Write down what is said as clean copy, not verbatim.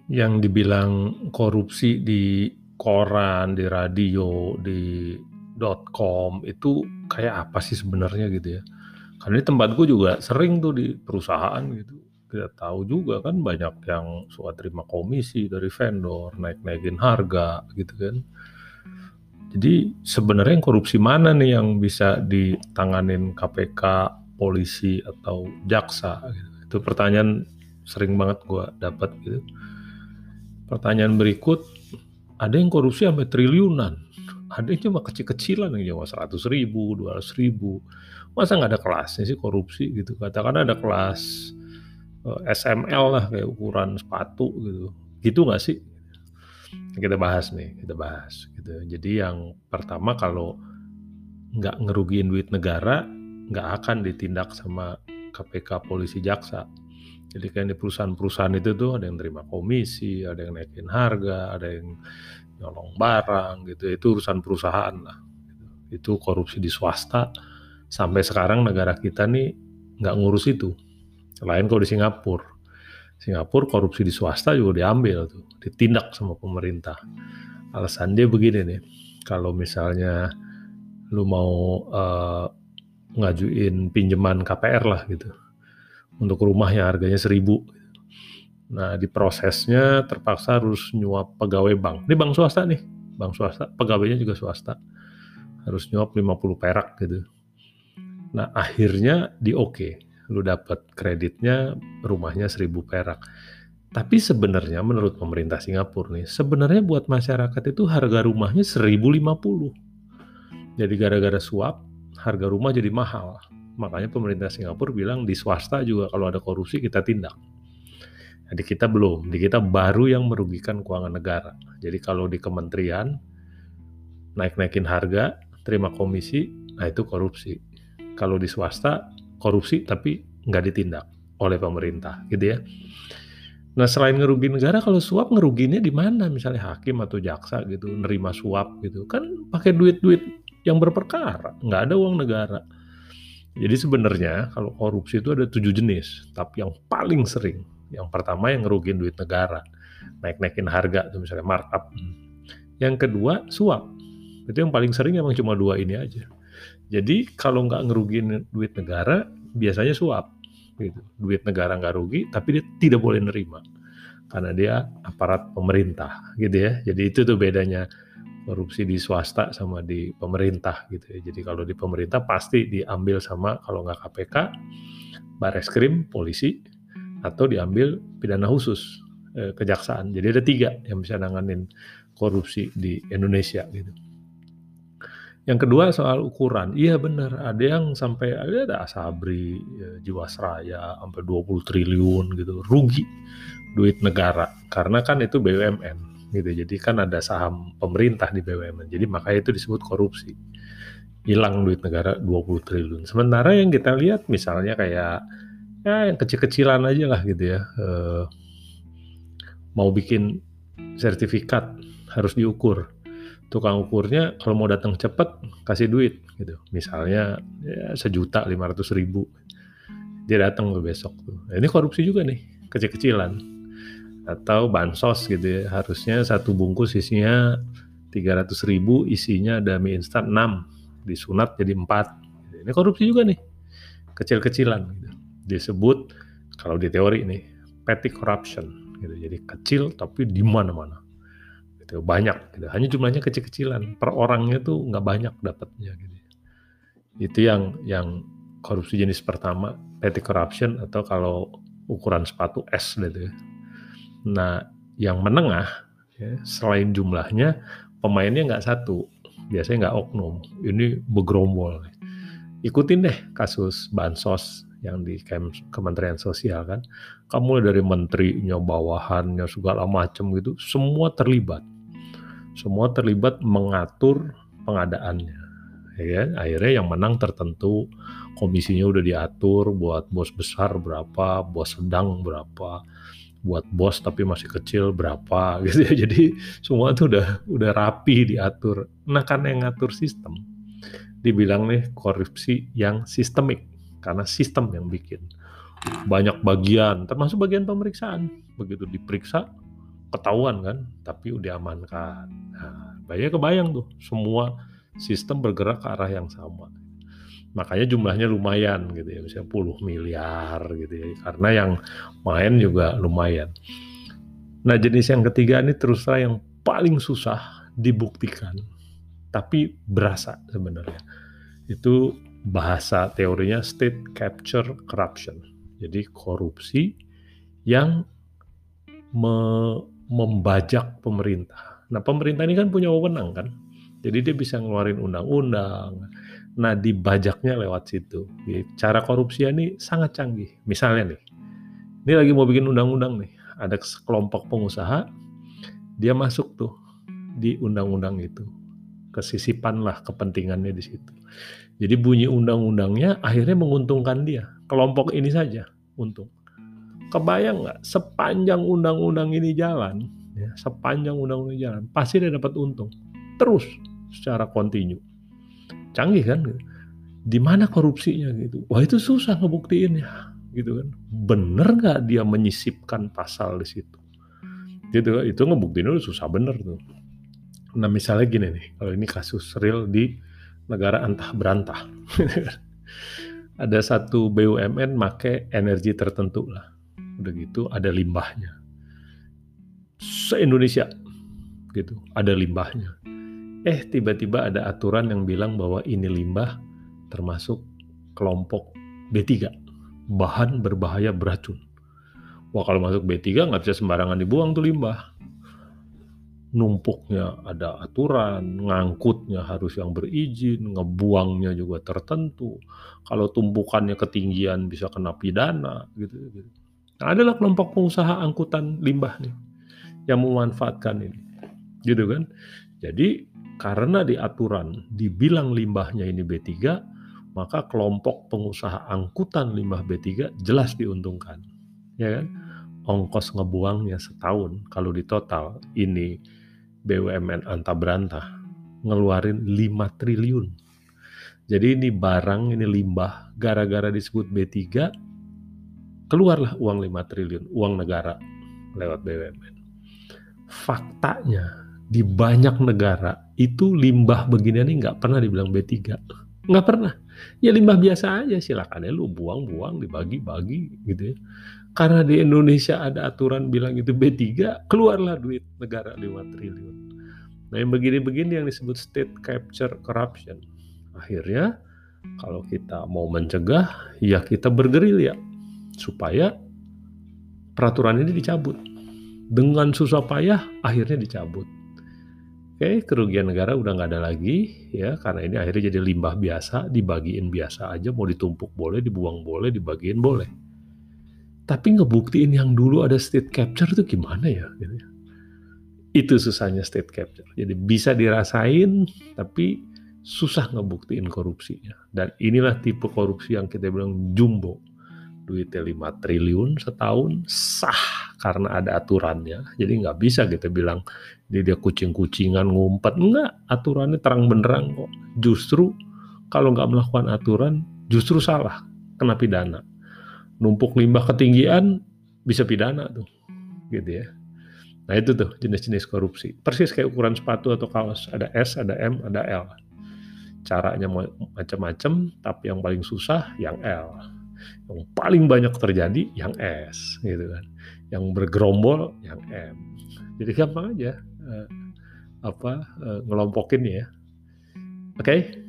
Yang dibilang korupsi di koran, di radio, di .com itu kayak apa sih sebenarnya gitu ya. Karena di tempat gue juga sering tuh di perusahaan gitu. Kita tahu juga kan banyak yang suka terima komisi dari vendor, naik-naikin harga gitu kan. Jadi sebenarnya yang korupsi mana nih yang bisa ditanganin KPK, polisi atau jaksa gitu. Itu pertanyaan sering banget gue dapat gitu. Pertanyaan berikut, ada yang korupsi sampai triliunan, ada yang cuma kecil-kecilan yang cuma 100.000, 200.000. Masa nggak ada kelasnya sih korupsi gitu? Katakan ada kelas SML lah kayak ukuran sepatu gitu. Gitu nggak sih? Kita bahas nih, kita bahas gitu. Jadi yang pertama, kalau nggak ngerugiin duit negara, nggak akan ditindak sama KPK, polisi, jaksa. Jadi kayak di perusahaan-perusahaan itu tuh ada yang terima komisi, ada yang naikin harga, ada yang nyolong barang gitu. Itu urusan perusahaan lah. Itu korupsi di swasta. Sampai sekarang negara kita nih nggak ngurus itu. Lain kalau di Singapura. Singapura korupsi di swasta juga diambil tuh, ditindak sama pemerintah. Alasan dia begini nih, kalau misalnya lu mau ngajuin pinjaman KPR lah gitu, untuk rumah yang harganya 1.000. Nah, di prosesnya terpaksa harus nyuap pegawai bank. Ini bank swasta nih, bank swasta, pegawainya juga swasta. Harus nyuap 50 perak gitu. Nah, akhirnya di oke. Lu dapat kreditnya, rumahnya 1.000 perak. Tapi sebenarnya menurut pemerintah Singapura nih, sebenarnya buat masyarakat itu harga rumahnya 1.050. Jadi gara-gara suap, harga rumah jadi mahal. Makanya pemerintah Singapura bilang di swasta juga kalau ada korupsi kita tindak. Di kita belum, di kita baru yang merugikan keuangan negara. Jadi kalau di kementerian naik-naikin harga, terima komisi, nah itu korupsi. Kalau di swasta korupsi tapi nggak ditindak oleh pemerintah, gitu ya. Nah, selain ngerugiin negara, kalau suap ngerugiinnya di mana? Misalnya hakim atau jaksa gitu nerima suap gitu, kan pakai duit-duit yang berperkara, nggak ada uang negara. Jadi sebenarnya kalau korupsi itu ada 7 jenis, tapi yang paling sering, yang pertama yang ngerugiin duit negara, naik-naikin harga tuh misalnya markup. Yang kedua suap, itu yang paling sering emang cuma dua ini aja. Jadi kalau nggak ngerugiin duit negara, biasanya suap gitu. Duit negara nggak rugi, tapi dia tidak boleh nerima karena dia aparat pemerintah gitu ya. Jadi itu tuh bedanya korupsi di swasta sama di pemerintah gitu ya. Jadi kalau di pemerintah pasti diambil sama, kalau nggak KPK, Bareskrim, polisi, atau diambil pidana khusus, kejaksaan. Jadi ada 3 yang bisa nanganin korupsi di Indonesia gitu. Yang kedua soal ukuran, iya benar, ada yang sampai ada Asabri, Jiwasraya sampai 20 triliun gitu, rugi duit negara karena kan itu BUMN gitu. Jadi kan ada saham pemerintah di BUMN. Jadi makanya itu disebut korupsi. Hilang duit negara 20 triliun. Sementara yang kita lihat misalnya kayak ya yang kecil-kecilan aja lah gitu ya. Mau bikin sertifikat harus diukur. Tukang ukurnya kalau mau datang cepat kasih duit gitu. Misalnya ya, 1.500.000. Dia datang tuh besok tuh. Nah, ini korupsi juga nih, kecil-kecilan. Atau bansos gitu ya, harusnya satu bungkus isinya 300.000, isinya ada mie instan 6, disunat jadi 4. Ini korupsi juga nih, kecil-kecilan gitu. Disebut kalau di teori nih petty corruption gitu. Jadi kecil tapi di mana-mana gitu, banyak gitu. Hanya jumlahnya kecil-kecilan, per orangnya tuh nggak banyak dapatnya gitu. Itu yang korupsi jenis pertama, petty corruption, atau kalau ukuran sepatu S gitu ya. Nah, yang menengah, ya, selain jumlahnya, pemainnya nggak satu, biasanya nggak oknum, ini begerombol. Ikutin deh kasus bansos yang di Kementerian Sosial kan, kamu dari menterinya, bawahannya, segala macam gitu, semua terlibat mengatur pengadaannya. Ya, akhirnya yang menang tertentu, komisinya udah diatur buat bos besar berapa, bos sedang berapa, buat bos tapi masih kecil berapa gitu ya. Jadi semua tuh udah rapi diatur. Nah, karena yang ngatur sistem, dibilang nih korupsi yang sistemik karena sistem yang bikin banyak bagian, termasuk bagian pemeriksaan. Begitu diperiksa ketahuan kan, tapi udah amankan. Nah, kebayang tuh semua sistem bergerak ke arah yang sama. Makanya jumlahnya lumayan gitu ya, misalnya puluh miliar gitu ya, karena yang main juga lumayan. Nah, jenis yang ketiga ini terus terang yang paling susah dibuktikan, tapi berasa sebenarnya. Itu bahasa teorinya state capture corruption. Jadi korupsi yang membajak pemerintah. Nah, pemerintah ini kan punya wewenang kan, jadi dia bisa ngeluarin undang-undang. Nah, dibajaknya lewat situ. Cara korupsi ini sangat canggih. Misalnya nih, ini lagi mau bikin undang-undang nih, ada kelompok pengusaha, dia masuk tuh di undang-undang itu, kesisipan lah kepentingannya di situ. Jadi bunyi undang-undangnya akhirnya menguntungkan dia, kelompok ini saja untung. Kebayang nggak, sepanjang undang-undang ini jalan, ya, sepanjang undang-undang ini jalan, pasti dia dapat untung terus secara kontinu. Canggih kan? Di mana korupsinya gitu? Wah, itu susah ngebuktiinnya, gitu kan? Bener nggak dia menyisipkan pasal di situ? Gitu, itu ngebuktiinnya susah bener tuh. Nah, misalnya gini nih, kalau ini kasus real di negara antah berantah. Ada satu BUMN make energi tertentu lah. Udah gitu ada limbahnya. Se-Indonesia gitu, ada limbahnya. Tiba-tiba ada aturan yang bilang bahwa ini limbah termasuk kelompok B3, bahan berbahaya beracun. Wah, kalau masuk B3 nggak bisa sembarangan dibuang tuh limbah. Numpuknya ada aturan, ngangkutnya harus yang berizin, ngebuangnya juga tertentu. Kalau tumpukannya ketinggian bisa kena pidana gitu. Nah, adalah kelompok pengusaha angkutan limbah nih yang memanfaatkan ini, gitu kan? Jadi karena di aturan dibilang limbahnya ini B3, maka kelompok pengusaha angkutan limbah B3 jelas diuntungkan, ya kan? Ongkos ngebuangnya setahun kalau di total ini BUMN antah berantah ngeluarin 5 triliun. Jadi ini barang, ini limbah, gara-gara disebut B3, keluarlah uang 5 triliun, uang negara lewat BUMN. Faktanya, di banyak negara, itu limbah beginian ini nggak pernah dibilang B3. Nggak pernah. Ya limbah biasa aja, silakan ya lu buang-buang, dibagi-bagi gitu ya. Karena di Indonesia ada aturan bilang itu B3, keluarlah duit negara 5 triliun. Nah, yang begini-begini yang disebut state capture corruption. Akhirnya, kalau kita mau mencegah, ya kita bergerilya supaya peraturan ini dicabut. Dengan susah payah, akhirnya dicabut. Kerugian negara udah nggak ada lagi, ya, karena ini akhirnya jadi limbah biasa, dibagiin biasa aja, mau ditumpuk boleh, dibuang boleh, dibagiin boleh. Tapi ngebuktiin yang dulu ada state capture itu gimana ya? Gitu. Itu susahnya state capture. Jadi bisa dirasain, tapi susah ngebuktiin korupsinya. Dan inilah tipe korupsi yang kita bilang jumbo. Duitnya 5 triliun setahun, sah karena ada aturannya. Jadi nggak bisa kita bilang dia kucing-kucingan ngumpet. Enggak, aturannya terang benderang kok. Justru kalau nggak melakukan aturan, justru salah, kena pidana. Numpuk limbah ketinggian, bisa pidana tuh, gitu ya. Nah itu tuh jenis-jenis korupsi. Persis kayak ukuran sepatu atau kaos. Ada S, ada M, ada L. Caranya macam-macam, tapi yang paling susah yang L. Yang paling banyak terjadi yang S, gitu kan. Yang bergerombol yang M. Jadi gampang aja ngelompokinnya ya. Oke?